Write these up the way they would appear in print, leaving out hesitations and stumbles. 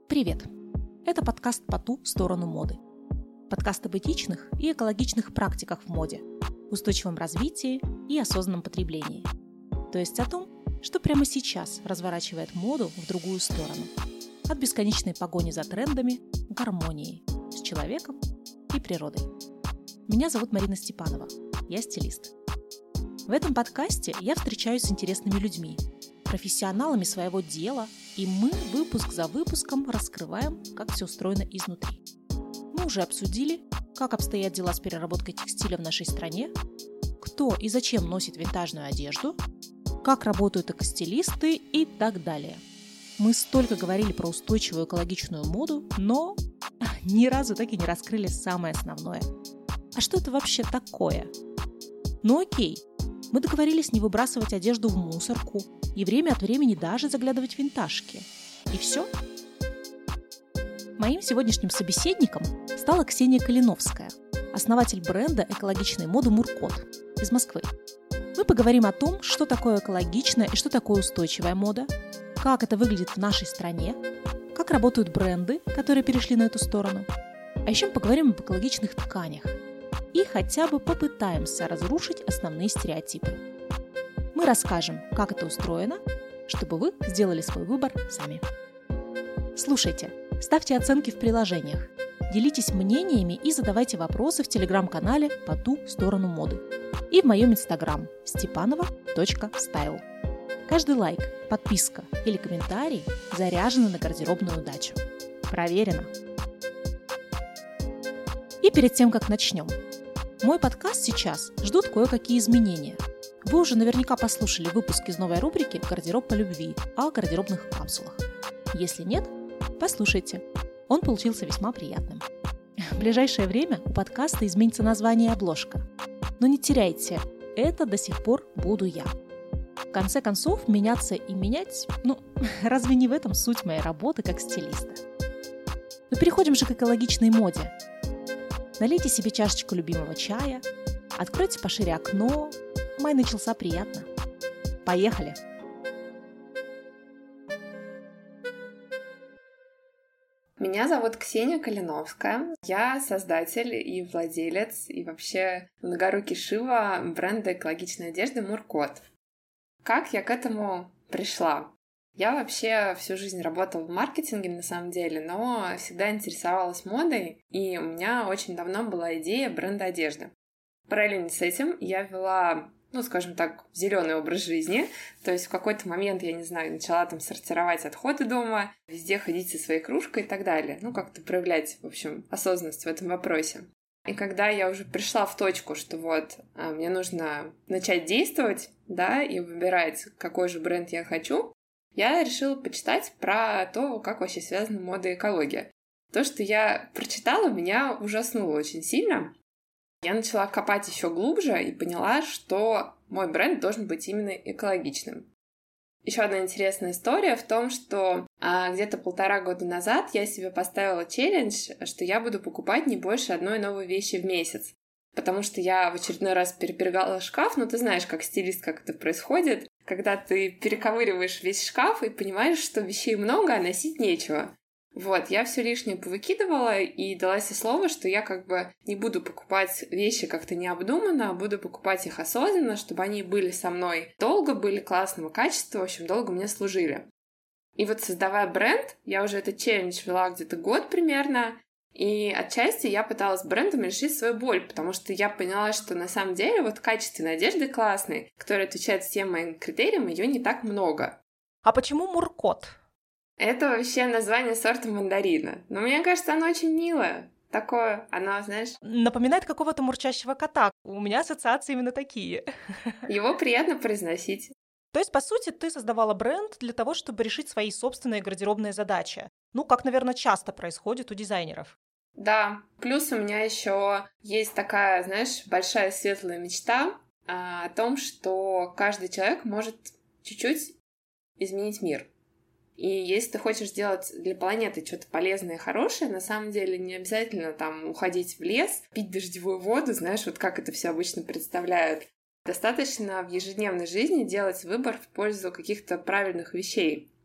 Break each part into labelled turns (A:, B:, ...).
A: Привет! Это подкаст «По ту сторону моды». Подкаст об этичных и экологичных практиках в моде, устойчивом развитии и осознанном потреблении. То есть о том, что прямо сейчас разворачивает моду в другую сторону. От бесконечной погони за трендами к гармонии с человеком и природой. Меня зовут Марина Степанова, я стилист. В этом подкасте я встречаюсь с интересными людьми, профессионалами своего дела, и мы выпуск за выпуском раскрываем, как все устроено изнутри. Мы уже обсудили, как обстоят дела с переработкой текстиля в нашей стране, кто и зачем носит винтажную одежду, как работают экостилисты и так далее. Мы столько говорили про устойчивую экологичную моду, но ни разу так и не раскрыли самое основное. А что это вообще такое? Ну окей, мы договорились не выбрасывать одежду в мусорку и время от времени даже заглядывать в винтажки. И все? Моим сегодняшним собеседником стала Ксения Калиновская, основатель бренда экологичной моды «Муркот» из Москвы. Мы поговорим о том, что такое экологичная и что такое устойчивая мода, как это выглядит в нашей стране, как работают бренды, которые перешли на эту сторону. А еще мы поговорим об экологичных тканях и хотя бы попытаемся разрушить основные стереотипы. Мы расскажем, как это устроено, чтобы вы сделали свой выбор сами. Слушайте, ставьте оценки в приложениях, делитесь мнениями и задавайте вопросы в телеграм-канале «По ту сторону моды» и в моем инстаграм stepanova.style. Каждый лайк, подписка или комментарий заряжены на гардеробную удачу. Проверено! И перед тем, как начнем, мой подкаст сейчас ждут кое-какие изменения. Вы уже наверняка послушали выпуск из новой рубрики «Гардероб по любви» о гардеробных капсулах. Если нет, послушайте. Он получился весьма приятным. В ближайшее время у подкаста изменится название и обложка. Но не теряйте, это до сих пор буду я. В конце концов, меняться и менять, разве не в этом суть моей работы как стилиста? Но переходим же к экологичной моде. Налейте себе чашечку любимого чая, откройте пошире окно. Май начался приятно. Поехали!
B: Меня зовут Ксения Калиновская. Я создатель и владелец, и вообще многорукий шива бренда экологичной одежды «Муркот». Как я к этому пришла? Я вообще всю жизнь работала в маркетинге, на самом деле, но всегда интересовалась модой, и у меня очень давно была идея бренда одежды. Параллельно с этим я вела, скажем так, зеленый образ жизни. То есть в какой-то момент, я не знаю, начала там сортировать отходы дома, везде ходить со своей кружкой и так далее. Как-то проявлять, в общем, осознанность в этом вопросе. И когда я уже пришла в точку, что мне нужно начать действовать, и выбирать, какой же бренд я хочу, я решила почитать про то, как вообще связана мода и экология. То, что я прочитала, меня ужаснуло очень сильно. Я начала копать еще глубже и поняла, что мой бренд должен быть именно экологичным. Еще одна интересная история в том, что где-то 1,5 года назад я себе поставила челлендж, что я буду покупать не больше одной новой вещи в месяц. Потому что я в очередной раз перепрягала шкаф, ты знаешь, как стилист, как это происходит, когда ты перековыриваешь весь шкаф и понимаешь, что вещей много, а носить нечего. Я все лишнее повыкидывала и дала себе слово, что я не буду покупать вещи как-то необдуманно, а буду покупать их осознанно, чтобы они были со мной долго, были классного качества, в общем, долго мне служили. И создавая бренд, я уже этот челлендж вела где-то год примерно, и отчасти я пыталась брендом решить свою боль, потому что я поняла, что на самом деле качественной одежды классной, которая отвечает всем моим критериям, ее не так много.
A: А почему Муркот?
B: Это вообще название сорта мандарина. Но мне кажется, оно очень милое. Такое, оно, знаешь...
A: Напоминает какого-то мурчащего кота. У меня ассоциации именно такие.
B: Его приятно произносить.
A: То есть, по сути, ты создавала бренд для того, чтобы решить свои собственные гардеробные задачи. Как, наверное, часто происходит у дизайнеров.
B: Да. Плюс у меня еще есть такая, знаешь, большая светлая мечта о том, что каждый человек может чуть-чуть изменить мир. И если ты хочешь сделать для планеты что-то полезное и хорошее, на самом деле не обязательно уходить в лес, пить дождевую воду, знаешь, как это все обычно представляют. Достаточно в ежедневной жизни делать выбор в пользу каких-то правильных вещей.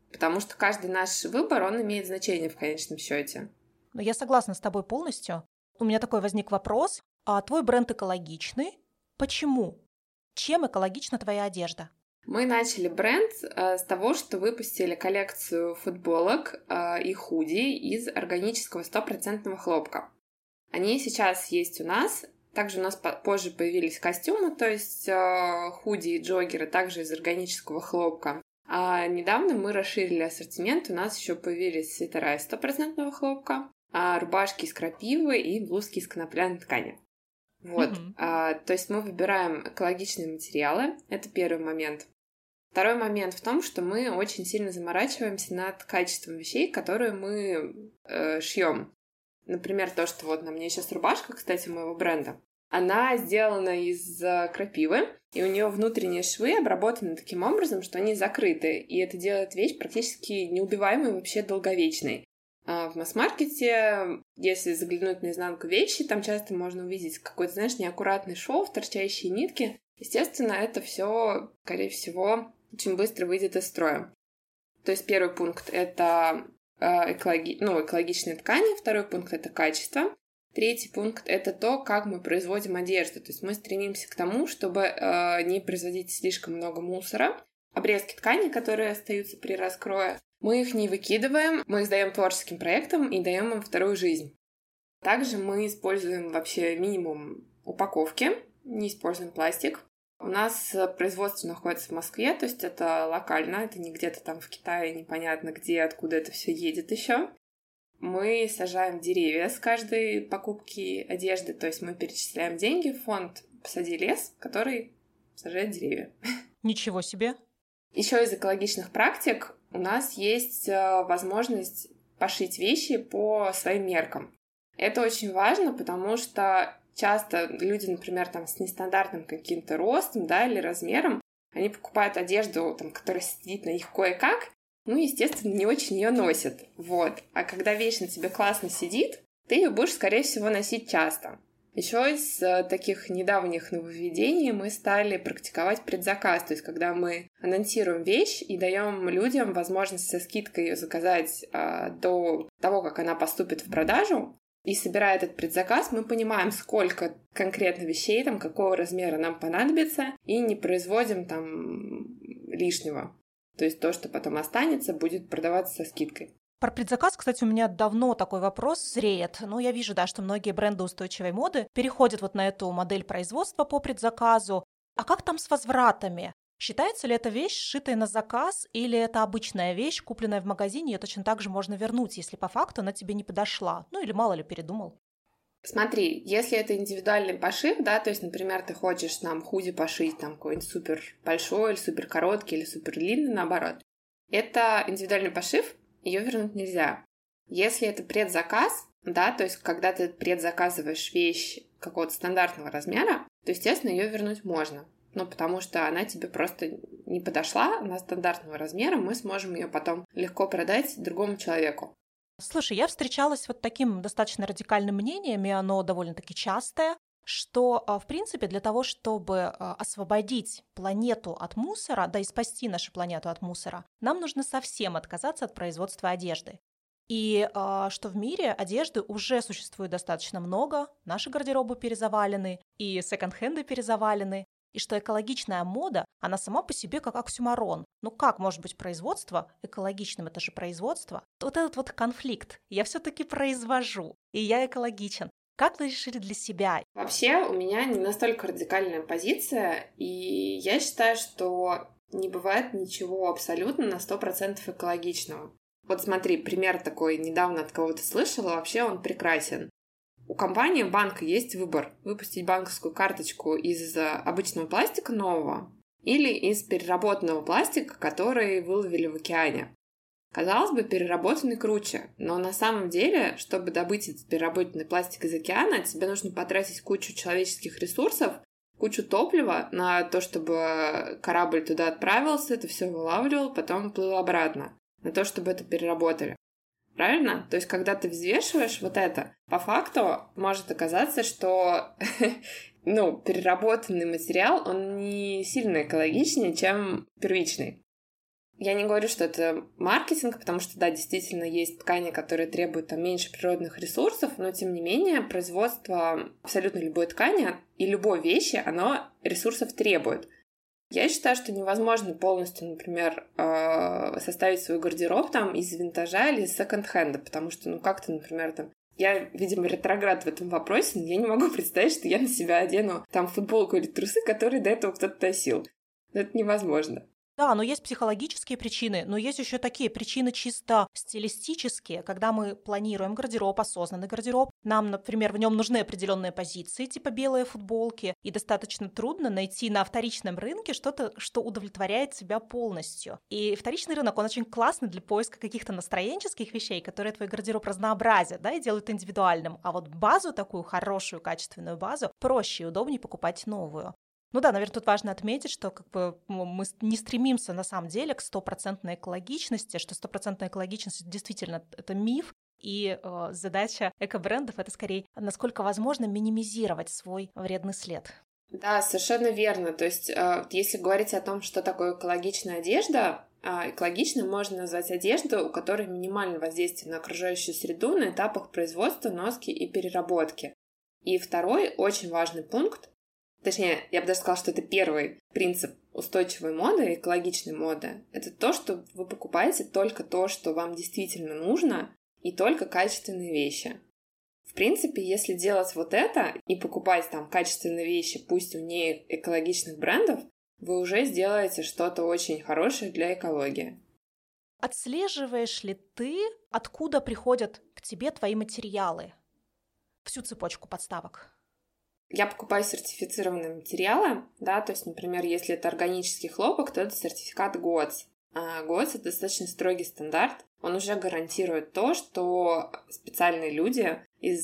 B: потому что каждый наш выбор, он имеет значение в конечном счете.
A: Но я согласна с тобой полностью. У меня такой возник вопрос. А твой бренд экологичный? Почему? Чем экологична твоя одежда?
B: Мы начали бренд с того, что выпустили коллекцию футболок и худи из органического 100% хлопка. Они сейчас есть у нас. Также у нас позже появились костюмы, то есть худи и джоггеры также из органического хлопка. А недавно мы расширили ассортимент, у нас еще появились свитера из 100% хлопка, рубашки из крапивы и блузки из конопляной ткани. Вот, то есть мы выбираем экологичные материалы, это первый момент. Второй момент в том, что мы очень сильно заморачиваемся над качеством вещей, которые мы шьем. Например, то, что вот на мне сейчас рубашка, кстати, моего бренда, она сделана из крапивы, и у нее внутренние швы обработаны таким образом, что они закрыты, и это делает вещь практически неубиваемой, вообще долговечной. В масс-маркете, если заглянуть на изнанку вещи, там часто можно увидеть какой-то, знаешь, неаккуратный шов, торчащие нитки. Естественно, это все, скорее всего, очень быстро выйдет из строя. То есть первый пункт — это экологичные ткани, второй пункт — это качество, третий пункт — это то, как мы производим одежду. То есть мы стремимся к тому, чтобы не производить слишком много мусора. Обрезки ткани, которые остаются при раскрое, мы их не выкидываем, мы их сдаем творческим проектам и даем им вторую жизнь. Также мы используем вообще минимум упаковки, не используем пластик. У нас производство находится в Москве, то есть это локально, это не где-то там в Китае, непонятно где, откуда это все едет еще. Мы сажаем деревья с каждой покупки одежды, то есть мы перечисляем деньги в фонд «Посади лес», который сажает деревья.
A: Ничего себе!
B: Еще из экологичных практик у нас есть возможность пошить вещи по своим меркам. Это очень важно, потому что часто люди, например, там, с нестандартным каким-то ростом, да, или размером, они покупают одежду, там, которая сидит на них кое-как, естественно, не очень ее носят. Вот. А когда вещь на тебе классно сидит, ты ее будешь, скорее всего, носить часто. Еще из таких недавних нововведений мы стали практиковать предзаказ, то есть когда мы анонсируем вещь и даем людям возможность со скидкой ее заказать до того, как она поступит в продажу. И собирая этот предзаказ, мы понимаем, сколько конкретно вещей, там, какого размера нам понадобится, и не производим там лишнего. То есть то, что потом останется, будет продаваться со скидкой.
A: Про предзаказ, кстати, у меня давно такой вопрос зреет. Я вижу, да, что многие бренды устойчивой моды переходят вот на эту модель производства по предзаказу. А как там с возвратами? Считается ли эта вещь сшитая на заказ, или это обычная вещь, купленная в магазине, ее точно так же можно вернуть, если по факту она тебе не подошла? Или мало ли передумал?
B: Смотри, если это индивидуальный пошив, да, то есть, например, ты хочешь нам худи пошить, там, какой-нибудь супер большой, или супер короткий, или супер длинный, наоборот. Это индивидуальный пошив, ее вернуть нельзя. Если это предзаказ, да, то есть, когда ты предзаказываешь вещь какого-то стандартного размера, то, естественно, ее вернуть можно. Потому что она тебе просто не подошла, она стандартного размера, мы сможем ее потом легко продать другому человеку.
A: Слушай, я встречалась с вот таким достаточно радикальным мнением, и оно довольно-таки частое, что, в принципе, для того, чтобы освободить планету от мусора, да и спасти нашу планету от мусора, нам нужно совсем отказаться от производства одежды. И что в мире одежды уже существует достаточно много, наши гардеробы перезавалены, и секонд-хенды перезавалены, и что экологичная мода, она сама по себе как оксюморон. Как может быть производство экологичным? Это же производство. Вот этот вот конфликт. Я все-таки произвожу, и я экологичен. Как вы решили для себя?
B: Вообще, у меня не настолько радикальная позиция, и я считаю, что не бывает ничего абсолютно на 100% экологичного. Вот смотри, пример такой недавно от кого-то слышала, вообще он прекрасен. У компании, банка есть выбор: выпустить банковскую карточку из обычного пластика нового или из переработанного пластика, который выловили в океане. Казалось бы, переработанный круче, но на самом деле, чтобы добыть этот переработанный пластик из океана, тебе нужно потратить кучу человеческих ресурсов, кучу топлива на то, чтобы корабль туда отправился, это все вылавливал, потом плыл обратно, на то, чтобы это переработали. Правильно? То есть, когда ты взвешиваешь вот это, по факту может оказаться, что переработанный материал, он не сильно экологичнее, чем первичный. Я не говорю, что это маркетинг, потому что, да, действительно есть ткани, которые требуют там меньше природных ресурсов, но, тем не менее, производство абсолютно любой ткани и любой вещи, оно ресурсов требует. Я считаю, что невозможно полностью, например, составить свой гардероб там из винтажа или из секонд-хенда, потому что, ну, как-то, например, там, я, видимо, ретроград в этом вопросе, но я не могу представить, что я на себя одену там футболку или трусы, которые до этого кто-то носил. Это невозможно.
A: Да, но есть психологические причины, но есть еще такие причины чисто стилистические, когда мы планируем гардероб, осознанный гардероб. Нам, например, в нем нужны определенные позиции, типа белые футболки, и достаточно трудно найти на вторичном рынке что-то, что удовлетворяет себя полностью. И вторичный рынок, он очень классный для поиска каких-то настроенческих вещей, которые твой гардероб разнообразят, да, и делают индивидуальным. А вот базу такую, хорошую, качественную базу, проще и удобнее покупать новую. Ну да, наверное, тут важно отметить, что как бы мы не стремимся на самом деле к стопроцентной экологичности, что стопроцентная экологичность действительно это миф, и задача эко-брендов — это скорее, насколько возможно, минимизировать свой вредный след.
B: Да, совершенно верно. То есть, если говорить о том, что такое экологичная одежда, экологичной можно назвать одежду, у которой минимальное воздействие на окружающую среду на этапах производства, носки и переработки. И второй очень важный пункт, точнее, я бы даже сказала, что это первый принцип устойчивой моды, экологичной моды. Это то, что вы покупаете только то, что вам действительно нужно, и только качественные вещи. В принципе, если делать вот это и покупать там качественные вещи, пусть у не экологичных брендов, вы уже сделаете что-то очень хорошее для экологии.
A: Отслеживаешь ли ты, откуда приходят к тебе твои материалы? Всю цепочку подставок.
B: Я покупаю сертифицированные материалы, да, то есть, например, если это органический хлопок, то это сертификат ГОТС. А ГОТС — это достаточно строгий стандарт. Он уже гарантирует то, что специальные люди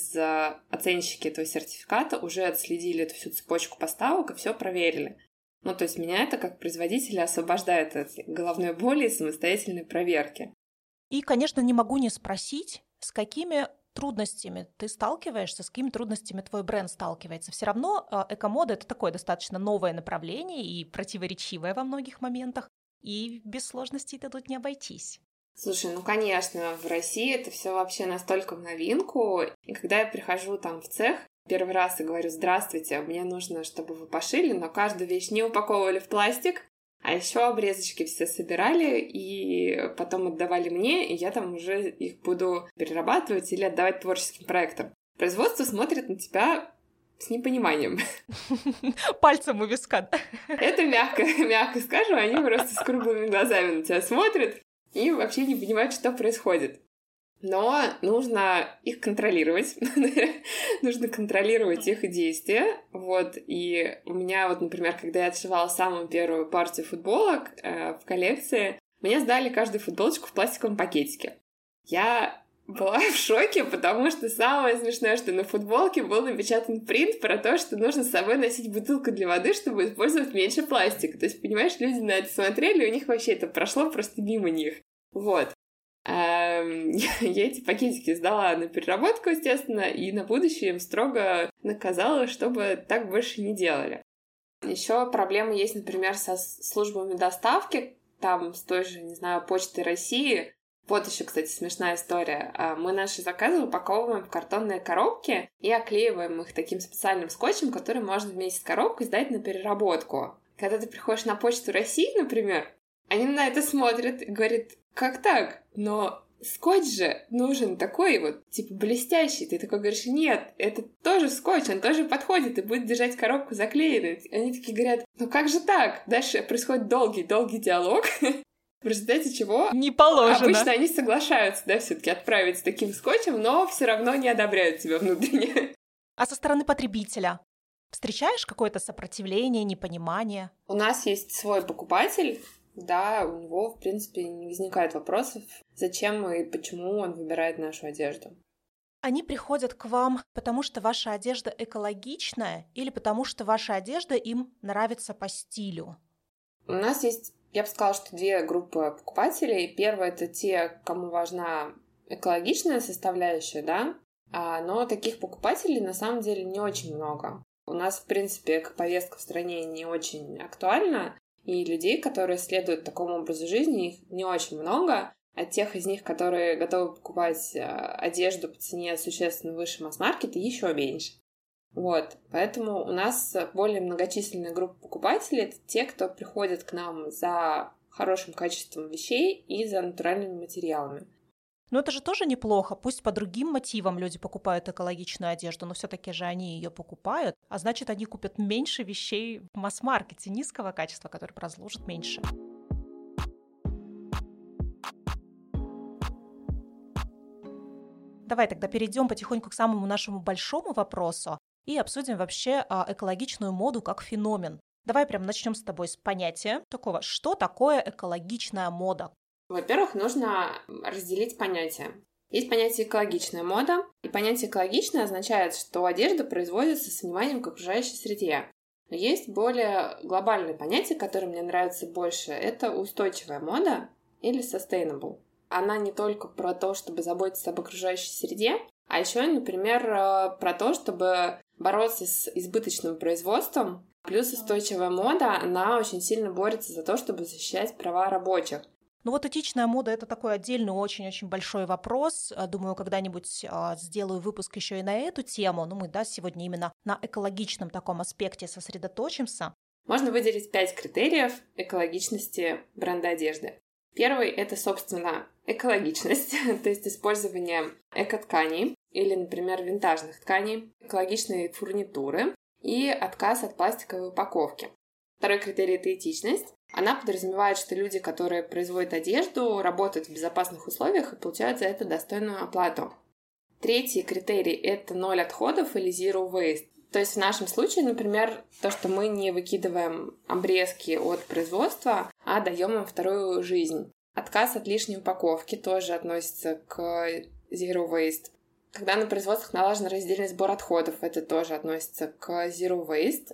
B: оценщики этого сертификата уже отследили эту всю цепочку поставок и все проверили. Ну, то есть меня это как производителя освобождает от головной боли и самостоятельной проверки.
A: И, конечно, не могу не спросить, с какими трудностями ты сталкиваешься, с какими трудностями твой бренд сталкивается. Все равно эко-мода — это такое достаточно новое направление и противоречивое во многих моментах, и без сложностей-то тут не обойтись.
B: Слушай, ну, конечно, в России это все вообще настолько в новинку, и когда я прихожу там в цех первый раз и говорю: здравствуйте, мне нужно, чтобы вы пошили, но каждую вещь не упаковывали в пластик, а еще обрезочки все собирали и потом отдавали мне, и я там уже их буду перерабатывать или отдавать творческим проектам. Производство смотрит на тебя с непониманием.
A: Пальцем у виска.
B: Это мягко скажу, они просто с круглыми глазами на тебя смотрят и вообще не понимают, что происходит. Но нужно их контролировать, нужно контролировать их действия, вот, и у меня вот, например, когда я отшивала самую первую партию футболок в коллекции, мне сдали каждую футболочку в пластиковом пакетике. Я была в шоке, потому что самое смешное, что на футболке был напечатан принт про то, что нужно с собой носить бутылку для воды, чтобы использовать меньше пластика. То есть, понимаешь, люди на это смотрели, у них вообще это прошло просто мимо них. Вот. Я эти пакетики сдала на переработку, естественно, и на будущее им строго наказала, чтобы так больше не делали. Еще проблемы есть, например, со службами доставки, там с той же, не знаю, Почтой России. Вот еще, кстати, смешная история. Мы наши заказы упаковываем в картонные коробки и оклеиваем их таким специальным скотчем, который можно вместе с коробкой сдать на переработку. Когда ты приходишь на Почту России, например, они на это смотрят и говорят: как так? Но скотч же нужен такой вот, типа, блестящий. Ты такой говоришь: нет, это тоже скотч, он тоже подходит и будет держать коробку заклеенной. Они такие говорят: ну как же так? Дальше происходит долгий диалог, в результате чего
A: не положено.
B: Обычно они соглашаются, да, все-таки отправить с таким скотчем, но все равно не одобряют тебя внутренне.
A: А со стороны потребителя встречаешь какое-то сопротивление, непонимание?
B: У нас есть свой покупатель. Да, у него, в принципе, не возникает вопросов, зачем и почему он выбирает нашу одежду.
A: Они приходят к вам, потому что ваша одежда экологичная или потому что ваша одежда им нравится по стилю?
B: У нас есть, я бы сказала, что две группы покупателей. Первая — это те, кому важна экологичная составляющая, да, но таких покупателей на самом деле не очень много. У нас, в принципе, эко-повестка в стране не очень актуальна, И людей, которые следуют такому образу жизни, их не очень много. А тех из них, которые готовы покупать одежду по цене существенно выше масс-маркета, еще меньше. Вот, поэтому у нас более многочисленная группа покупателей — это те, кто приходят к нам за хорошим качеством вещей и за натуральными материалами.
A: Но это же тоже неплохо. Пусть по другим мотивам люди покупают экологичную одежду, но все-таки же они ее покупают, а значит, они купят меньше вещей в масс-маркете низкого качества, которые разложат меньше. Давай тогда перейдем потихоньку к самому нашему большому вопросу и обсудим вообще экологичную моду как феномен. Давай прям начнем с тобой с понятия такого, что такое экологичная мода.
B: Во-первых, нужно разделить понятия. Есть понятие экологичная мода, и понятие экологичное означает, что одежда производится с вниманием к окружающей среде. Но есть более глобальное понятие, которое мне нравится больше, это устойчивая мода или sustainable. Она не только про то, чтобы заботиться об окружающей среде, а еще, например, про то, чтобы бороться с избыточным производством. Плюс устойчивая мода, она очень сильно борется за то, чтобы защищать права рабочих.
A: Ну вот этичная мода — это такой отдельный очень-очень большой вопрос. Думаю, когда-нибудь сделаю выпуск еще и на эту тему. Но мы, сегодня именно на экологичном таком аспекте сосредоточимся.
B: Можно выделить 5 критериев экологичности бренда одежды. Первый — это, собственно, экологичность, то есть использование экотканей или, например, винтажных тканей, экологичной фурнитуры и отказ от пластиковой упаковки. Второй критерий — это этичность. Она подразумевает, что люди, которые производят одежду, работают в безопасных условиях и получают за это достойную оплату. Третий критерий — это ноль отходов или zero waste. То есть в нашем случае, например, то, что мы не выкидываем обрезки от производства, а даем им вторую жизнь. Отказ от лишней упаковки тоже относится к zero waste. Когда на производствах налажен раздельный сбор отходов, это тоже относится к zero waste.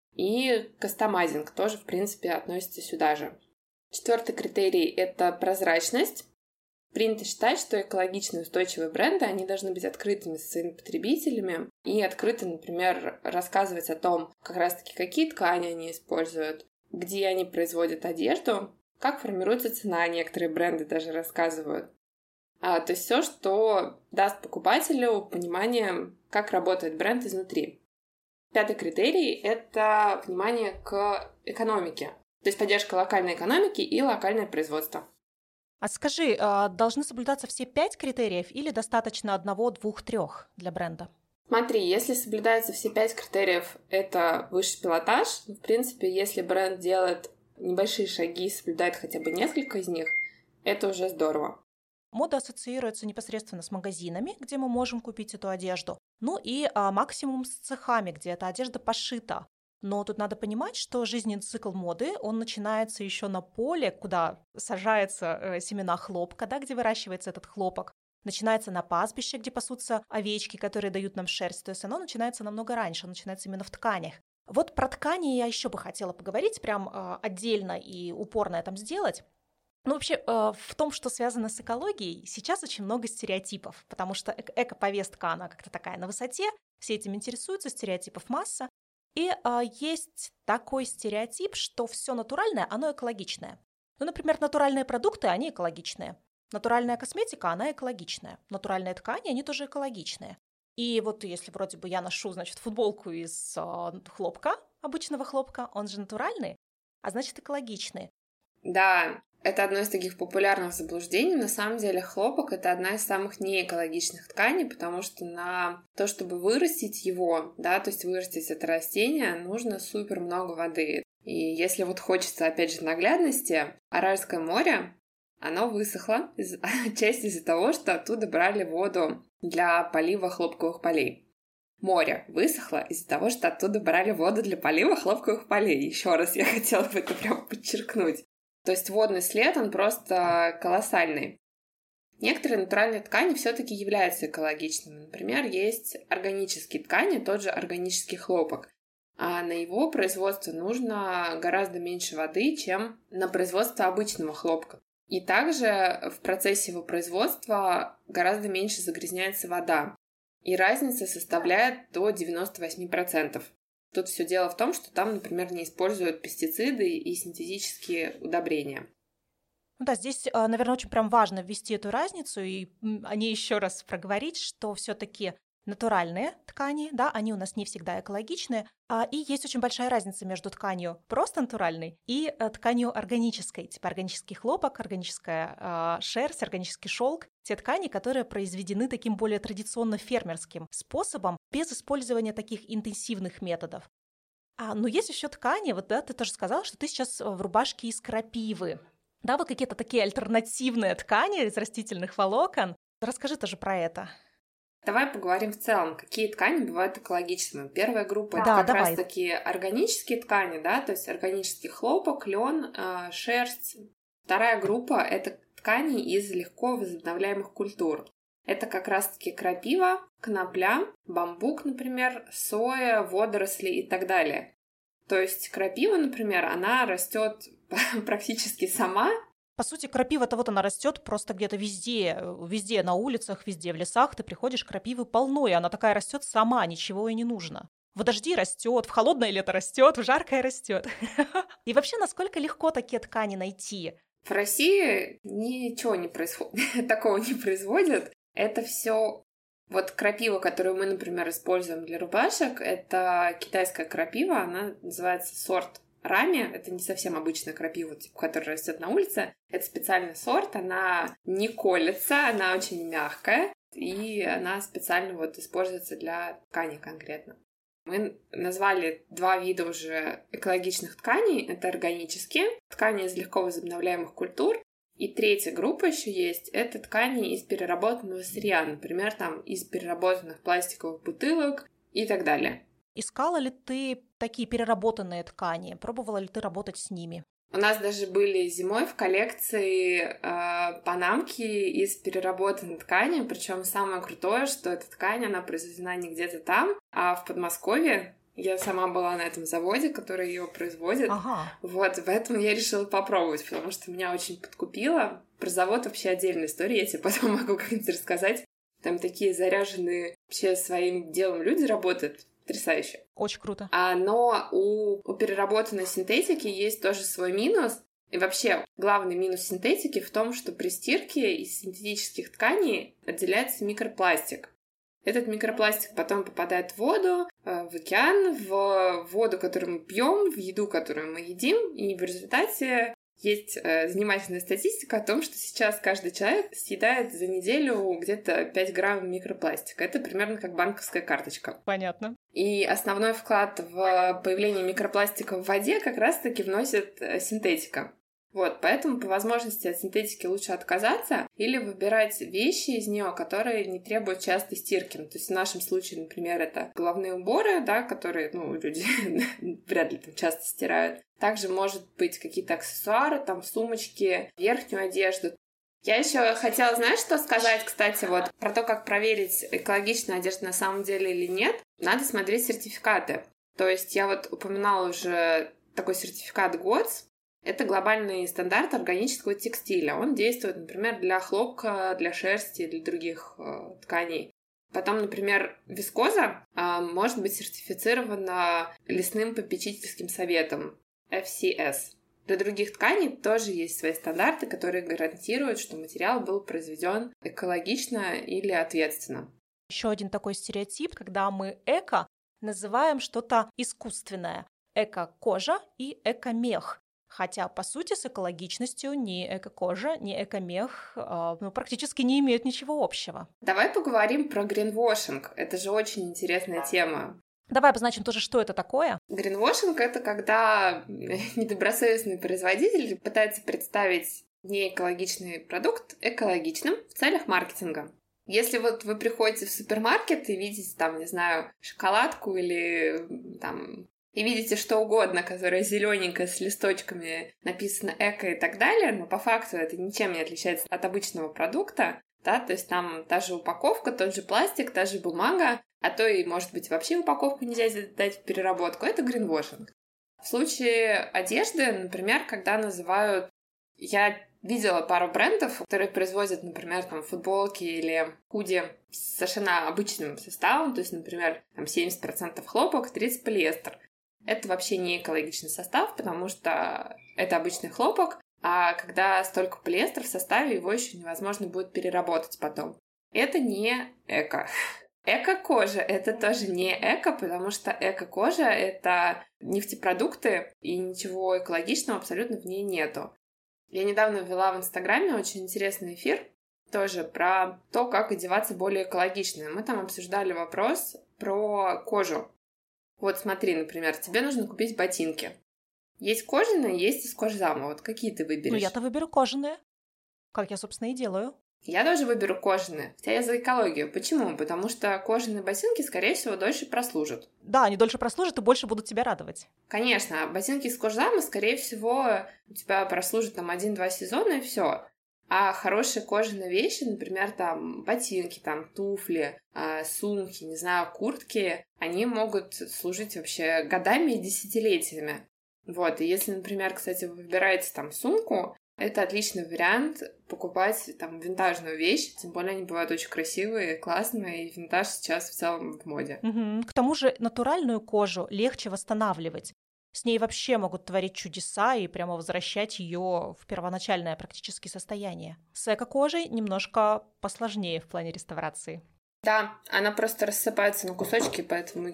B: И кастомайзинг тоже, в принципе, относится сюда же. Четвертый критерий — это прозрачность. Принято считать, что экологичные устойчивые бренды, они должны быть открытыми со своими потребителями и открыто, например, рассказывать о том, как раз-таки какие ткани они используют, где они производят одежду, как формируется цена, некоторые бренды даже рассказывают. То есть все, что даст покупателю понимание, как работает бренд изнутри. Пятый критерий — это внимание к экономике, то есть поддержка локальной экономики и локальное производство.
A: А скажи, должны соблюдаться все 5 критериев или достаточно 1, 2, 3 для бренда?
B: Смотри, если соблюдаются все 5 критериев, это высший пилотаж. В принципе, если бренд делает небольшие шаги, соблюдает хотя бы несколько из них, это уже здорово.
A: Мода ассоциируется непосредственно с магазинами, где мы можем купить эту одежду, ну и максимум с цехами, где эта одежда пошита. Но тут надо понимать, что жизненный цикл моды, он начинается еще на поле, куда сажаются семена хлопка, где выращивается этот хлопок. Начинается на пастбище, где пасутся овечки, которые дают нам шерсть. То есть оно начинается намного раньше, оно начинается именно в тканях. Вот про ткани я еще бы хотела поговорить, прям отдельно и упорно этом сделать. Ну, вообще, в том, что связано с экологией, сейчас очень много стереотипов, потому что эко-повестка, она как-то такая на высоте, все этим интересуются, стереотипов масса. И есть такой стереотип, что все натуральное, оно экологичное. Ну, например, натуральные продукты, они экологичные. Натуральная косметика, она экологичная. Натуральные ткани, они тоже экологичные. И вот если вроде бы я ношу, футболку из хлопка, обычного хлопка, он же натуральный, а значит экологичный.
B: Да, это одно из таких популярных заблуждений. На самом деле хлопок — это одна из самых неэкологичных тканей, потому что на то, чтобы вырастить его, то есть вырастить это растение, нужно супер много воды. И если вот хочется, опять же, наглядности, Аральское море, оно высохло, отчасти из-за того, что оттуда брали воду для полива хлопковых полей. Море высохло из-за того, что оттуда брали воду для полива хлопковых полей. Еще раз я хотела бы это прям подчеркнуть. То есть водный след, он просто колоссальный. Некоторые натуральные ткани все-таки являются экологичными. Например, есть органические ткани, тот же органический хлопок. А на его производство нужно гораздо меньше воды, чем на производство обычного хлопка. И также в процессе его производства гораздо меньше загрязняется вода. И разница составляет до 98%. Тут все дело в том, что там, например, не используют пестициды и синтетические удобрения.
A: Ну да, здесь, наверное, очень прям важно ввести эту разницу и о ней еще раз проговорить, что все-таки натуральные ткани, да, они у нас не всегда экологичные, и есть очень большая разница между тканью просто натуральной и тканью органической, типа органический хлопок, органическая шерсть, органический шелк, те ткани, которые произведены таким более традиционно фермерским способом, без использования таких интенсивных методов. Но есть еще ткани, вот да, ты тоже сказала, что ты сейчас в рубашке из крапивы. Да, вот какие-то такие альтернативные ткани из растительных волокон. Расскажи тоже про это.
B: Давай поговорим в целом, какие ткани бывают экологичными. Первая группа это как
A: давай.
B: раз-таки органические ткани, да, то есть органический хлопок, лен, шерсть. Вторая группа это ткани из легко возобновляемых культур. Это как раз-таки крапива, конопля, бамбук, например, соя, водоросли и так далее. То есть крапива, например, она растет практически сама.
A: По сути, крапива-то вот она растет просто где-то везде на улицах, везде в лесах. Ты приходишь, крапивы полно, и она такая растет сама, ничего и не нужно. В дожди растет, в холодное лето растет, в жаркое растет. И вообще, насколько легко такие ткани найти?
B: В России ничего не происходит, такого не производят. Это все вот крапива, которую мы, например, используем для рубашек, это китайская крапива, она называется сорт рами. Это не совсем обычная крапива, типа, которая растет на улице. Это специальный сорт, она не колется, она очень мягкая, и она специально вот используется для ткани конкретно. Мы назвали два вида уже экологичных тканей. Это органические, ткани из легко возобновляемых культур. И третья группа еще есть, это ткани из переработанного сырья, например, там из переработанных пластиковых бутылок и так далее.
A: Искала ли ты такие переработанные ткани? Пробовала ли ты работать с ними?
B: У нас даже были зимой в коллекции панамки из переработанной ткани, причем самое крутое, что эта ткань, она произведена не где-то там, а в Подмосковье. Я сама была на этом заводе, который ее производит.
A: Ага.
B: Вот, поэтому я решила попробовать, потому что меня очень подкупило. Про завод вообще отдельная история, я тебе потом могу как-нибудь рассказать. Там такие заряженные вообще своим делом люди работают. Потрясающе.
A: Очень круто.
B: Но у переработанной синтетики есть тоже свой минус. И вообще, главный минус синтетики в том, что при стирке из синтетических тканей отделяется микропластик. Этот микропластик потом попадает в воду, в океан, в воду, которую мы пьем, в еду, которую мы едим, и в результате есть занимательная статистика о том, что сейчас каждый человек съедает за неделю где-то 5 грамм микропластика. Это примерно как банковская карточка.
A: Понятно.
B: И основной вклад в появление микропластика в воде как раз-таки вносит синтетика. Вот, поэтому по возможности от синтетики лучше отказаться или выбирать вещи из нее, которые не требуют частой стирки. То есть в нашем случае, например, это головные уборы, да, которые, люди вряд ли там часто стирают. Также может быть какие-то аксессуары, там сумочки, верхнюю одежду. Я еще хотела, знаешь, что сказать, кстати, вот про то, как проверить, экологичная одежда на самом деле или нет. Надо смотреть сертификаты. То есть я вот упоминала уже такой сертификат ГОТС. Это глобальный стандарт органического текстиля. Он действует, например, для хлопка, для шерсти, для других тканей. Потом, например, вискоза может быть сертифицирована лесным попечительским советом FCS. Для других тканей тоже есть свои стандарты, которые гарантируют, что материал был произведен экологично или ответственно.
A: Еще один такой стереотип, когда мы эко называем что-то искусственное. Эко-кожа и эко-мех. Хотя, по сути, с экологичностью ни эко-кожа, ни эко-мех практически не имеют ничего общего.
B: Давай поговорим про гринвошинг. Это же очень интересная тема.
A: Давай обозначим тоже, что это такое.
B: Гринвошинг — это когда недобросовестный производитель пытается представить неэкологичный продукт экологичным в целях маркетинга. Если вот вы приходите в супермаркет и видите там, не знаю, шоколадку или там... и видите что угодно, которое зелененькое с листочками, написано эко и так далее, но по факту это ничем не отличается от обычного продукта, да, то есть там та же упаковка, тот же пластик, та же бумага, а то и, может быть, вообще упаковку нельзя дать в переработку, это гринвошинг. В случае одежды, например, когда называют, я видела пару брендов, которые производят, например, там футболки или худи с совершенно обычным составом, то есть, например, там 70% хлопок, 30% полиэстер. Это вообще не экологичный состав, потому что это обычный хлопок, а когда столько полиэстера в составе, его еще невозможно будет переработать потом. Это не эко. Эко-кожа — это тоже не эко, потому что эко-кожа — это нефтепродукты, и ничего экологичного абсолютно в ней нету. Я недавно вела в Инстаграме очень интересный эфир, тоже про то, как одеваться более экологично. Мы там обсуждали вопрос про кожу. Вот смотри, например, тебе нужно купить ботинки. Есть кожаные, есть из кожзама. Вот какие ты выберешь?
A: Ну, я-то выберу кожаные, как я, собственно, и делаю.
B: Я тоже выберу кожаные, хотя я за экологию. Почему? Потому что кожаные ботинки, скорее всего, дольше прослужат.
A: Да, они дольше прослужат и больше будут тебя радовать.
B: Конечно, ботинки из кожзама, скорее всего, у тебя прослужат там 1-2 сезона и все. А хорошие кожаные вещи, например, там ботинки, там туфли, сумки, не знаю, куртки, они могут служить вообще годами и десятилетиями. Вот, и если, например, кстати, вы выбираете там сумку, это отличный вариант покупать там винтажную вещь, тем более они бывают очень красивые, классные, и винтаж сейчас в целом в моде.
A: К тому же натуральную кожу легче восстанавливать. С ней вообще могут творить чудеса и прямо возвращать ее в первоначальное практически состояние. С эко-кожей немножко посложнее в плане реставрации.
B: Да, она просто рассыпается на кусочки, поэтому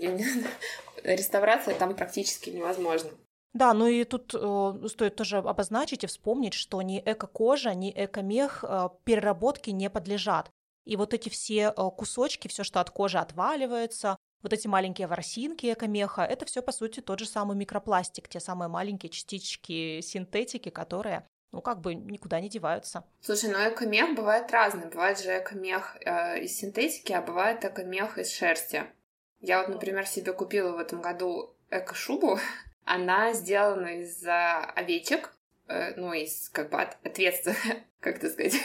B: реставрация там практически невозможна.
A: Да, ну и тут стоит тоже обозначить и вспомнить, что ни эко-кожа, ни эко-мех переработке не подлежат. И вот эти все кусочки, все, что от кожи отваливается, вот эти маленькие ворсинки эко-меха, это все по сути тот же самый микропластик, те самые маленькие частички синтетики, которые, ну, как бы никуда не деваются.
B: Слушай, ну эко-мех бывает разный. Бывает же эко-мех из синтетики, а бывает эко-мех из шерсти. Я вот, например, себе купила в этом году эко-шубу. Она сделана из овечек, ну, из как бы ответственных, как это сказать,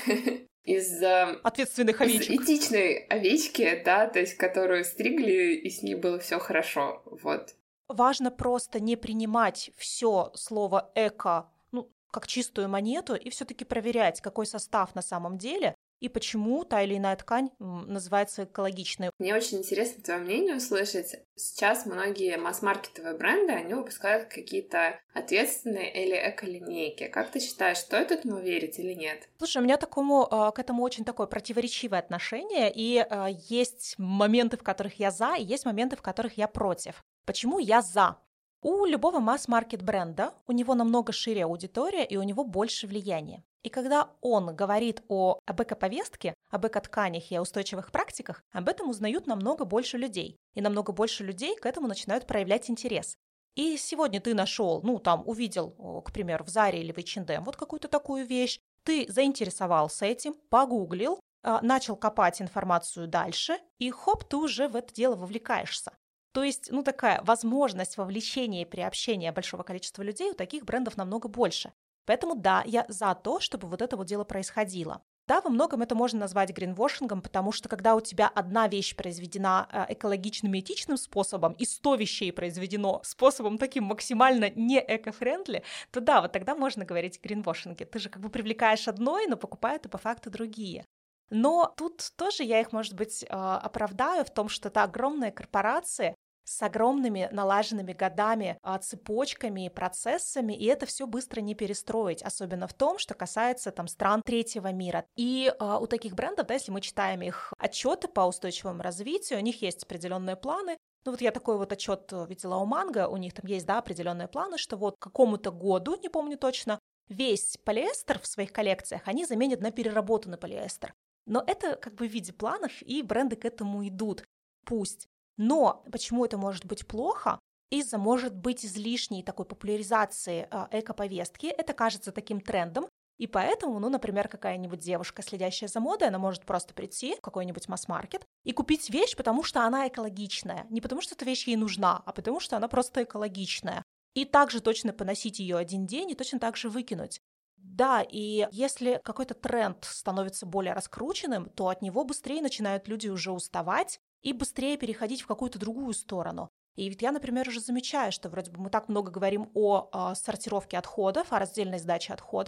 B: из
A: ответственных овечек.
B: Из этичной овечки, да, то есть которую стригли, и с ней было все хорошо, вот.
A: Важно просто не принимать все слово эко, ну, как чистую монету, и все-таки проверять, какой состав на самом деле, и почему та или иная ткань называется экологичной.
B: Мне очень интересно твое мнение услышать. Сейчас многие масс-маркетовые бренды, они выпускают какие-то ответственные или эко-линейки. Как ты считаешь, стоит этому верить или нет?
A: Слушай, у меня к этому очень такое противоречивое отношение, и есть моменты, в которых я за, и есть моменты, в которых я против. Почему я за? У любого масс-маркет бренда у него намного шире аудитория, и у него больше влияния. И когда он говорит об эко-повестке, об эко-тканях и о устойчивых практиках, об этом узнают намного больше людей. И намного больше людей к этому начинают проявлять интерес. И сегодня ты нашел, увидел, к примеру, в Заре или в H&M вот какую-то такую вещь, ты заинтересовался этим, погуглил, начал копать информацию дальше, и хоп, ты уже в это дело вовлекаешься. То есть, такая возможность вовлечения и приобщения большого количества людей у таких брендов намного больше. Поэтому да, я за то, чтобы вот это вот дело происходило. Да, во многом это можно назвать гринвошингом, потому что когда у тебя одна вещь произведена экологичным и этичным способом, и 100 вещей произведено способом таким максимально не эко-френдли, то да, вот тогда можно говорить о гринвошинге. Ты же как бы привлекаешь одно, но покупают и по факту другие. Но тут тоже я их, может быть, оправдаю в том, что это огромные корпорации с огромными налаженными годами цепочками и процессами, и это все быстро не перестроить, особенно в том, что касается стран третьего мира. И у таких брендов, да, если мы читаем их отчеты по устойчивому развитию, у них есть определенные планы. Вот я такой вот отчет видела у Манго, у них там есть, да, определенные планы, что вот к какому-то году, не помню точно, весь полиэстер в своих коллекциях они заменят на переработанный полиэстер. Но это как бы в виде планов, и бренды к этому идут. Пусть. Но почему это может быть плохо? Из-за, может быть, излишней такой популяризации эко-повестки. Это кажется таким трендом. И поэтому, например, какая-нибудь девушка, следящая за модой, она может просто прийти в какой-нибудь масс-маркет и купить вещь, потому что она экологичная. Не потому что эта вещь ей нужна, а потому что она просто экологичная. И также точно поносить ее один день и точно так же выкинуть. Да, и если какой-то тренд становится более раскрученным, то от него быстрее начинают люди уже уставать и быстрее переходить в какую-то другую сторону. И ведь я, например, уже замечаю, что вроде бы мы так много говорим о сортировке отходов, о раздельной сдаче отходов,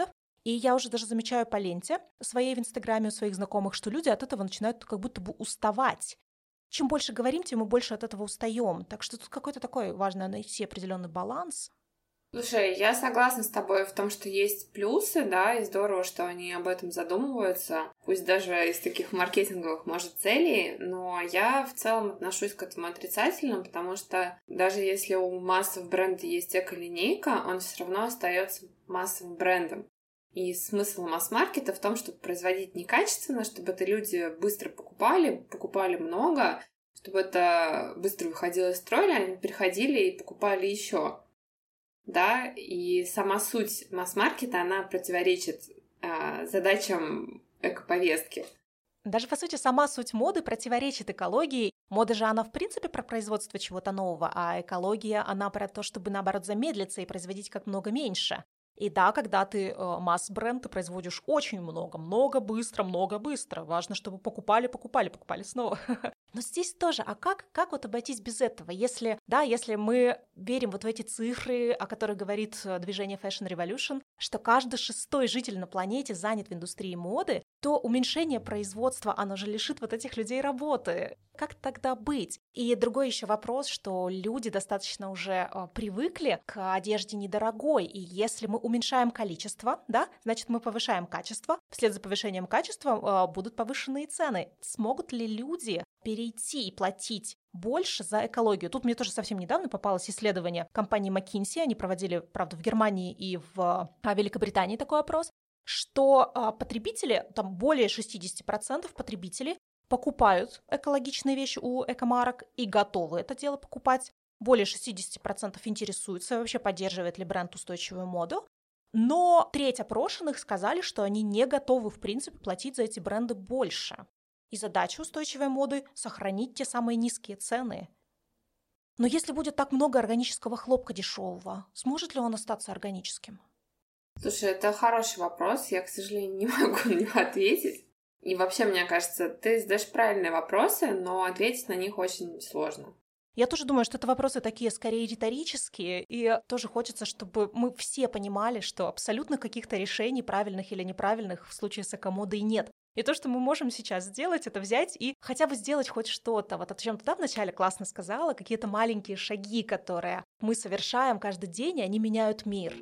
A: И я уже даже замечаю по ленте своей в Инстаграме у своих знакомых, что люди от этого начинают как будто бы уставать. Чем больше говорим, тем мы больше от этого устаем. Так что тут какой-то такой важно найти определенный баланс.
B: Слушай, я согласна с тобой в том, что есть плюсы, да, и здорово, что они об этом задумываются, пусть даже из таких маркетинговых, может, целей, но я в целом отношусь к этому отрицательно, потому что даже если у массового бренда есть эко-линейка, он все равно остается массовым брендом. И смысл масс-маркета в том, чтобы производить некачественно, чтобы это люди быстро покупали много, чтобы это быстро выходило из строя, они переходили и покупали еще. Да, и сама суть масс-маркета, она противоречит задачам эко-повестки.
A: Даже, по сути, сама суть моды противоречит экологии. Мода же, она в принципе про производство чего-то нового, а экология, она про то, чтобы, наоборот, замедлиться и производить как много меньше. И да, когда ты масс-бренд, ты производишь очень много быстро. Важно, чтобы покупали снова. Но здесь тоже, а как вот обойтись без этого? Если мы верим вот в эти цифры, о которых говорит движение Fashion Revolution, что каждый 6-й житель на планете занят в индустрии моды, то уменьшение производства, оно же лишит вот этих людей работы. Как тогда быть? И другой еще вопрос, что люди достаточно уже привыкли к одежде недорогой, и если мы уменьшаем количество, да, значит, мы повышаем качество. Вслед за повышением качества будут повышенные цены. Смогут ли люди перейти и платить больше за экологию? Тут мне тоже совсем недавно попалось исследование компании McKinsey, они проводили, правда, в Германии и в Великобритании такой опрос, что потребители, там более 60% потребителей покупают экологичные вещи у экомарок и готовы это дело покупать. Более 60% интересуются, вообще поддерживает ли бренд устойчивую моду. Но треть опрошенных сказали, что они не готовы, в принципе, платить за эти бренды больше. И задача устойчивой моды — сохранить те самые низкие цены. Но если будет так много органического хлопка дешевого, сможет ли он остаться органическим?
B: Слушай, это хороший вопрос, я, к сожалению, не могу на него ответить. И вообще, мне кажется, ты задаешь правильные вопросы, но ответить на них очень сложно.
A: Я тоже думаю, что это вопросы такие скорее риторические, и тоже хочется, чтобы мы все понимали, что абсолютно каких-то решений, правильных или неправильных, в случае с экомодой нет. И то, что мы можем сейчас сделать, это взять и хотя бы сделать хоть что-то. Вот о чем ты вначале классно сказала, какие-то маленькие шаги, которые мы совершаем каждый день, и они меняют мир.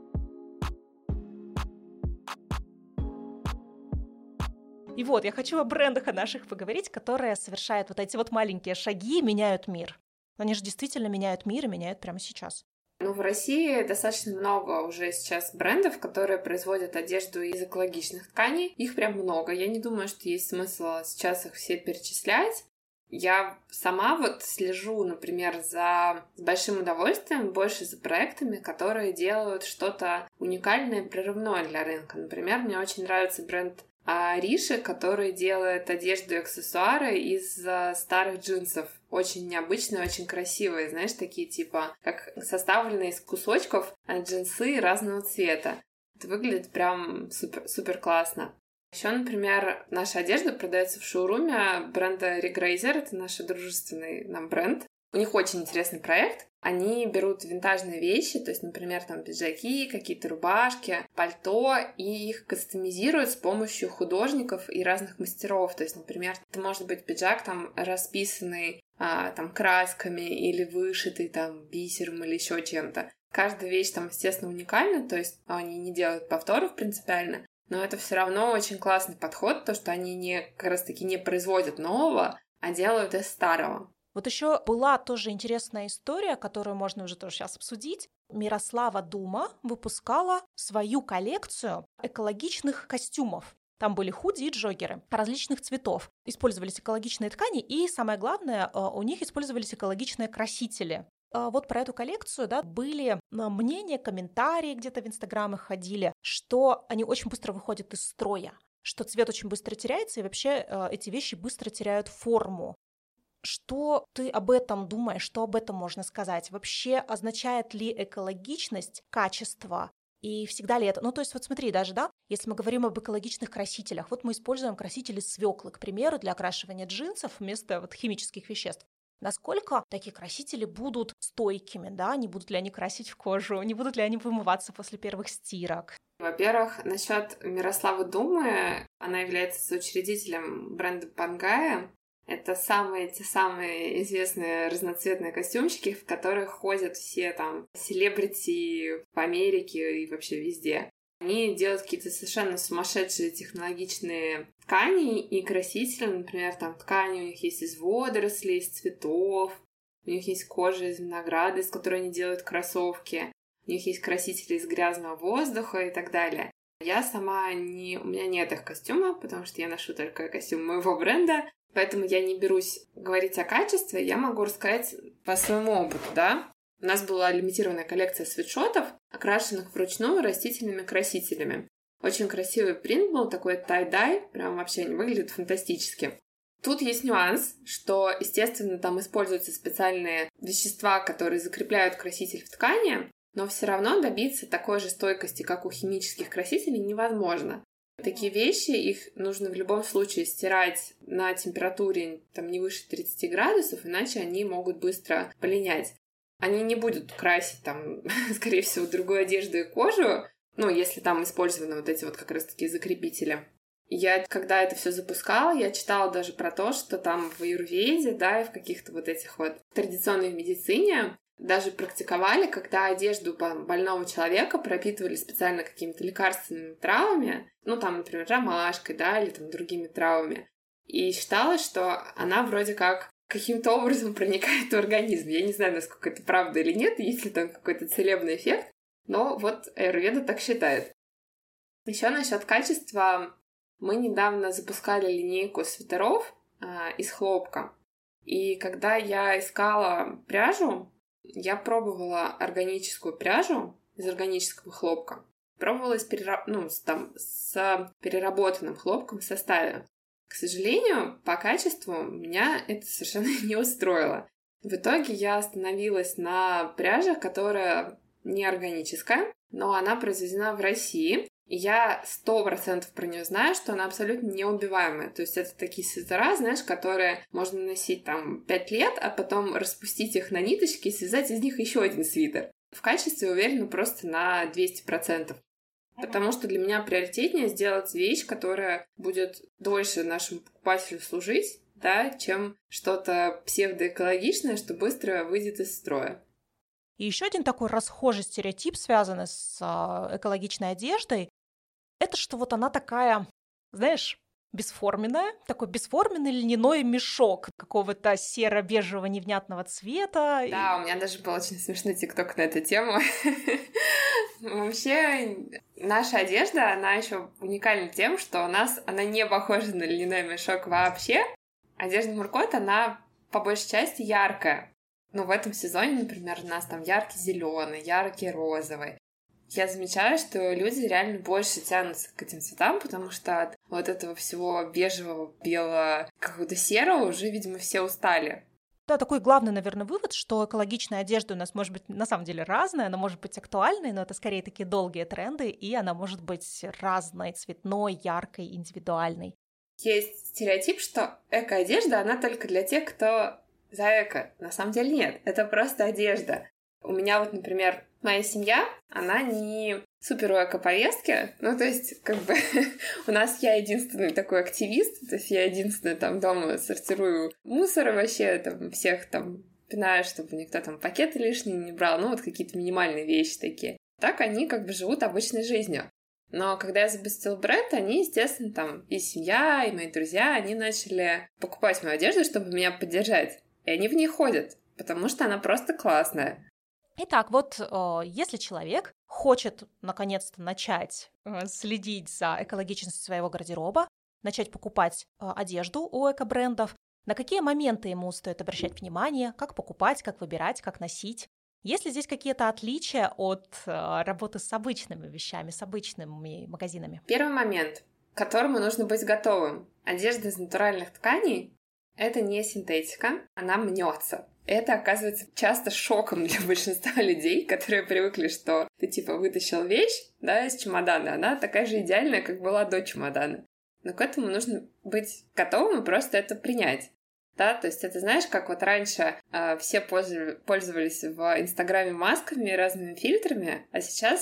A: И вот, я хочу о брендах о наших поговорить, которые совершают вот эти вот маленькие шаги и меняют мир. Они же действительно меняют мир и меняют прямо сейчас.
B: Ну, в России достаточно много уже сейчас брендов, которые производят одежду из экологичных тканей. Их прям много. Я не думаю, что есть смысл сейчас их все перечислять. Я сама вот слежу, например, с большим удовольствием больше за проектами, которые делают что-то уникальное и прорывное для рынка. Например, мне очень нравится бренд Риши, который делает одежду и аксессуары из старых джинсов. Очень необычные, очень красивые, знаешь, такие типа, как составленные из кусочков джинсы разного цвета. Это выглядит прям супер классно. Еще, например, наша одежда продается в шоуруме бренда Regrazer, это наш дружественный нам бренд. У них очень интересный проект. Они берут винтажные вещи, то есть, например, там пиджаки, какие-то рубашки, пальто, и их кастомизируют с помощью художников и разных мастеров. То есть, например, это может быть пиджак там расписанный там красками или вышитый там бисером или еще чем-то. Каждая вещь там, естественно, уникальна, то есть они не делают повторов принципиально, но это все равно очень классный подход, то, что они как раз-таки не производят нового, а делают из старого.
A: Вот еще была тоже интересная история, которую можно уже тоже сейчас обсудить. Мирослава Дума выпускала свою коллекцию экологичных костюмов. Там были худи и джоггеры различных цветов. Использовались экологичные ткани, и самое главное, у них использовались экологичные красители. Вот про эту коллекцию, да, были мнения, комментарии где-то в инстаграмах ходили, что они очень быстро выходят из строя, что цвет очень быстро теряется, и вообще эти вещи быстро теряют форму. Что ты об этом думаешь? Что об этом можно сказать? Вообще означает ли экологичность качество? И всегда ли это? Ну, то есть вот смотри, даже, да, если мы говорим об экологичных красителях, вот мы используем красители свеклы, к примеру, для окрашивания джинсов вместо вот химических веществ. Насколько такие красители будут стойкими, да? Не будут ли они красить в кожу? Не будут ли они вымываться после первых стирок?
B: Во-первых, насчет Мирославы Думы, она является соучредителем бренда Пангая. Это те самые известные разноцветные костюмчики, в которых ходят все там селебрити в Америке и вообще везде. Они делают какие-то совершенно сумасшедшие технологичные ткани и красители. Например, там ткани у них есть из водорослей, из цветов. У них есть кожа из винограда, из которой они делают кроссовки. У них есть красители из грязного воздуха и так далее. Я сама у меня нет их костюма, потому что я ношу только костюм моего бренда, поэтому я не берусь говорить о качестве, я могу рассказать по своему опыту, да. У нас была лимитированная коллекция свитшотов, окрашенных вручную растительными красителями. Очень красивый принт был, такой тай-дай, прям вообще они выглядят фантастически. Тут есть нюанс, что, естественно, там используются специальные вещества, которые закрепляют краситель в ткани, но все равно добиться такой же стойкости, как у химических красителей, невозможно. Такие вещи, их нужно в любом случае стирать на температуре там, не выше 30 градусов, иначе они могут быстро полинять. Они не будут красить, там, скорее всего, другую одежду и кожу, ну, если там использованы вот эти вот как раз-таки закрепители. Я, когда это все запускала, я читала даже про то, что там в аюрведе, да, и в каких-то вот этих вот традиционной медицине даже практиковали, когда одежду больного человека пропитывали специально какими-то лекарственными травами, ну, там, например, ромашкой, да, или там другими травами. И считалось, что она вроде как каким-то образом проникает в организм. Я не знаю, насколько это правда или нет, есть ли там какой-то целебный эффект, но вот аюрведа так считает. Еще насчет качества. Мы недавно запускали линейку свитеров из хлопка. И когда я искала пряжу, я пробовала органическую пряжу из органического хлопка. Пробовала с переработанным хлопком в составе. К сожалению, по качеству меня это совершенно не устроило. В итоге я остановилась на пряже, которая не органическая, но она произведена в России. И я 100% про нее знаю, что она абсолютно неубиваемая. То есть это такие свитера, знаешь, которые можно носить там 5 лет, а потом распустить их на ниточки и связать из них еще один свитер. В качестве уверена просто на 200%. Потому что для меня приоритетнее сделать вещь, которая будет дольше нашему покупателю служить, да, чем что-то псевдоэкологичное, что быстро выйдет из строя.
A: И еще один такой расхожий стереотип, связанный с экологичной одеждой, это что вот она такая, знаешь, бесформенная, такой бесформенный льняной мешок какого-то серо-бежевого невнятного цвета.
B: Да, у меня даже был очень смешной тикток на эту тему. Вообще, наша одежда, она еще уникальна тем, что у нас она не похожа на льняной мешок вообще. Одежда Муркот, она по большей части яркая. Ну, в этом сезоне, например, у нас там яркий зеленый, яркий розовый. Я замечаю, что люди реально больше тянутся к этим цветам, потому что от вот этого всего бежевого, белого, какого-то серого уже, видимо, все устали.
A: Да, такой главный, наверное, вывод, что экологичная одежда у нас может быть на самом деле разная, она может быть актуальной, но это скорее такие долгие тренды, и она может быть разной, цветной, яркой, индивидуальной.
B: Есть стереотип, что эко-одежда, она только для тех, кто за эко. На самом деле нет, это просто одежда. У меня вот, например, моя семья, она не супер эко-повестки, ну, то есть, как бы, у нас я единственный такой активист, то есть я единственная там дома сортирую мусор вообще, там, всех там пинаю, чтобы никто там пакеты лишние не брал, ну, вот какие-то минимальные вещи такие. Так они как бы живут обычной жизнью. Но когда я запустила бренд, они, естественно, там, и семья, и мои друзья, они начали покупать мою одежду, чтобы меня поддержать. И они в ней ходят, потому что она просто классная.
A: Итак, вот если человек хочет наконец-то начать следить за экологичностью своего гардероба, начать покупать одежду у эко-брендов, на какие моменты ему стоит обращать внимание, как покупать, как выбирать, как носить? Есть ли здесь какие-то отличия от работы с обычными вещами, с обычными магазинами?
B: Первый момент, к которому нужно быть готовым. Одежда из натуральных тканей — это не синтетика, она мнется. Это оказывается часто шоком для большинства людей, которые привыкли, что ты типа вытащил вещь, да, из чемодана, она такая же идеальная, как была до чемодана. Но к этому нужно быть готовым и просто это принять. Да, то есть это, знаешь, как вот раньше все пользовались в Инстаграме масками и разными фильтрами, а сейчас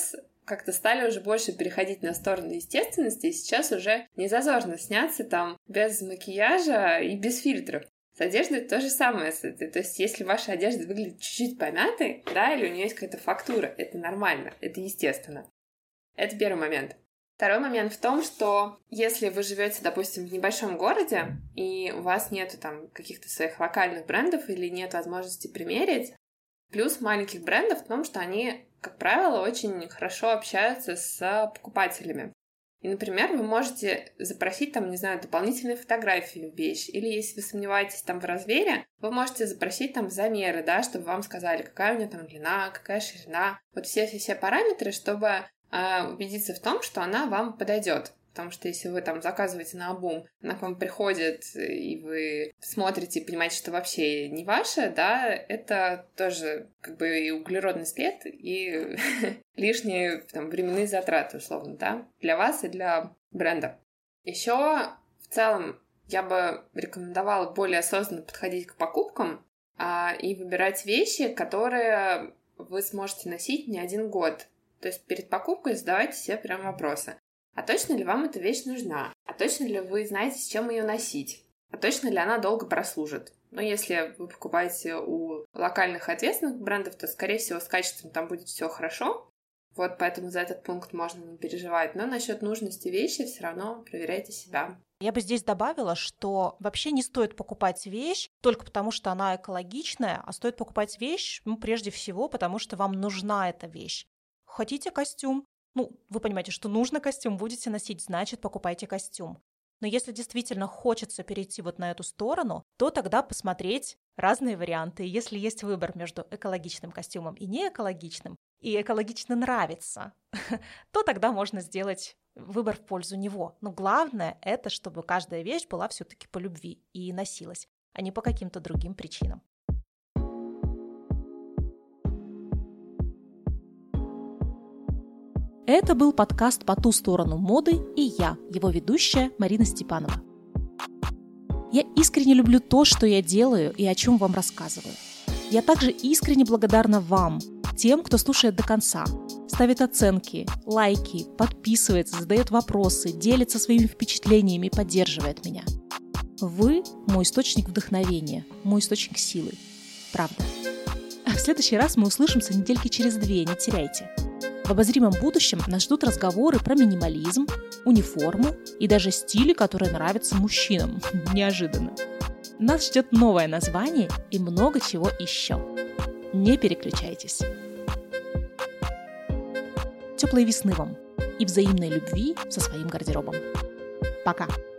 B: как-то стали уже больше переходить на сторону естественности, и сейчас уже не зазорно сняться там без макияжа и без фильтров. С одеждой то же самое. То есть, если ваша одежда выглядит чуть-чуть помятой, да, или у нее есть какая-то фактура, это нормально, это естественно. Это первый момент. Второй момент в том, что если вы живете, допустим, в небольшом городе, и у вас нету там каких-то своих локальных брендов или нет возможности примерить, плюс маленьких брендов в том, что они, как правило, очень хорошо общаются с покупателями. И, например, вы можете запросить там, не знаю, дополнительные фотографии в вещь, или если вы сомневаетесь там в размере, вы можете запросить там замеры, да, чтобы вам сказали, какая у нее там длина, какая ширина, вот все параметры, чтобы убедиться в том, что она вам подойдет. Потому что если вы там заказываете наобум, она к вам приходит, и вы смотрите и понимаете, что вообще не ваше, да, это тоже как бы и углеродный след, и лишние там временные затраты, условно, да, для вас и для бренда. Еще в целом я бы рекомендовала более осознанно подходить к покупкам и выбирать вещи, которые вы сможете носить не один год. То есть перед покупкой задавайте себе прям вопросы. А точно ли вам эта вещь нужна? А точно ли вы знаете, с чем ее носить? А точно ли она долго прослужит? Но если вы покупаете у локальных ответственных брендов, то, скорее всего, с качеством там будет все хорошо. Вот поэтому за этот пункт можно не переживать. Но насчет нужности вещи все равно проверяйте себя.
A: Я бы здесь добавила, что вообще не стоит покупать вещь только потому, что она экологичная, а стоит покупать вещь, прежде всего, потому что вам нужна эта вещь. Хотите костюм? Вы понимаете, что нужно костюм, будете носить, значит, покупайте костюм. Но если действительно хочется перейти вот на эту сторону, то тогда посмотреть разные варианты. И если есть выбор между экологичным костюмом и неэкологичным, и экологично нравится, то тогда можно сделать выбор в пользу него. Но главное это, чтобы каждая вещь была все-таки по любви и носилась, а не по каким-то другим причинам. Это был подкаст «По ту сторону моды» и я, его ведущая Марина Степанова. Я искренне люблю то, что я делаю и о чем вам рассказываю. Я также искренне благодарна вам, тем, кто слушает до конца, ставит оценки, лайки, подписывается, задает вопросы, делится своими впечатлениями и поддерживает меня. Вы – мой источник вдохновения, мой источник силы. Правда. А в следующий раз мы услышимся недельки через 2, не теряйте. В обозримом будущем нас ждут разговоры про минимализм, униформу и даже стили, которые нравятся мужчинам. Неожиданно. Нас ждет новое название и много чего еще. Не переключайтесь. Теплой весны вам и взаимной любви со своим гардеробом. Пока!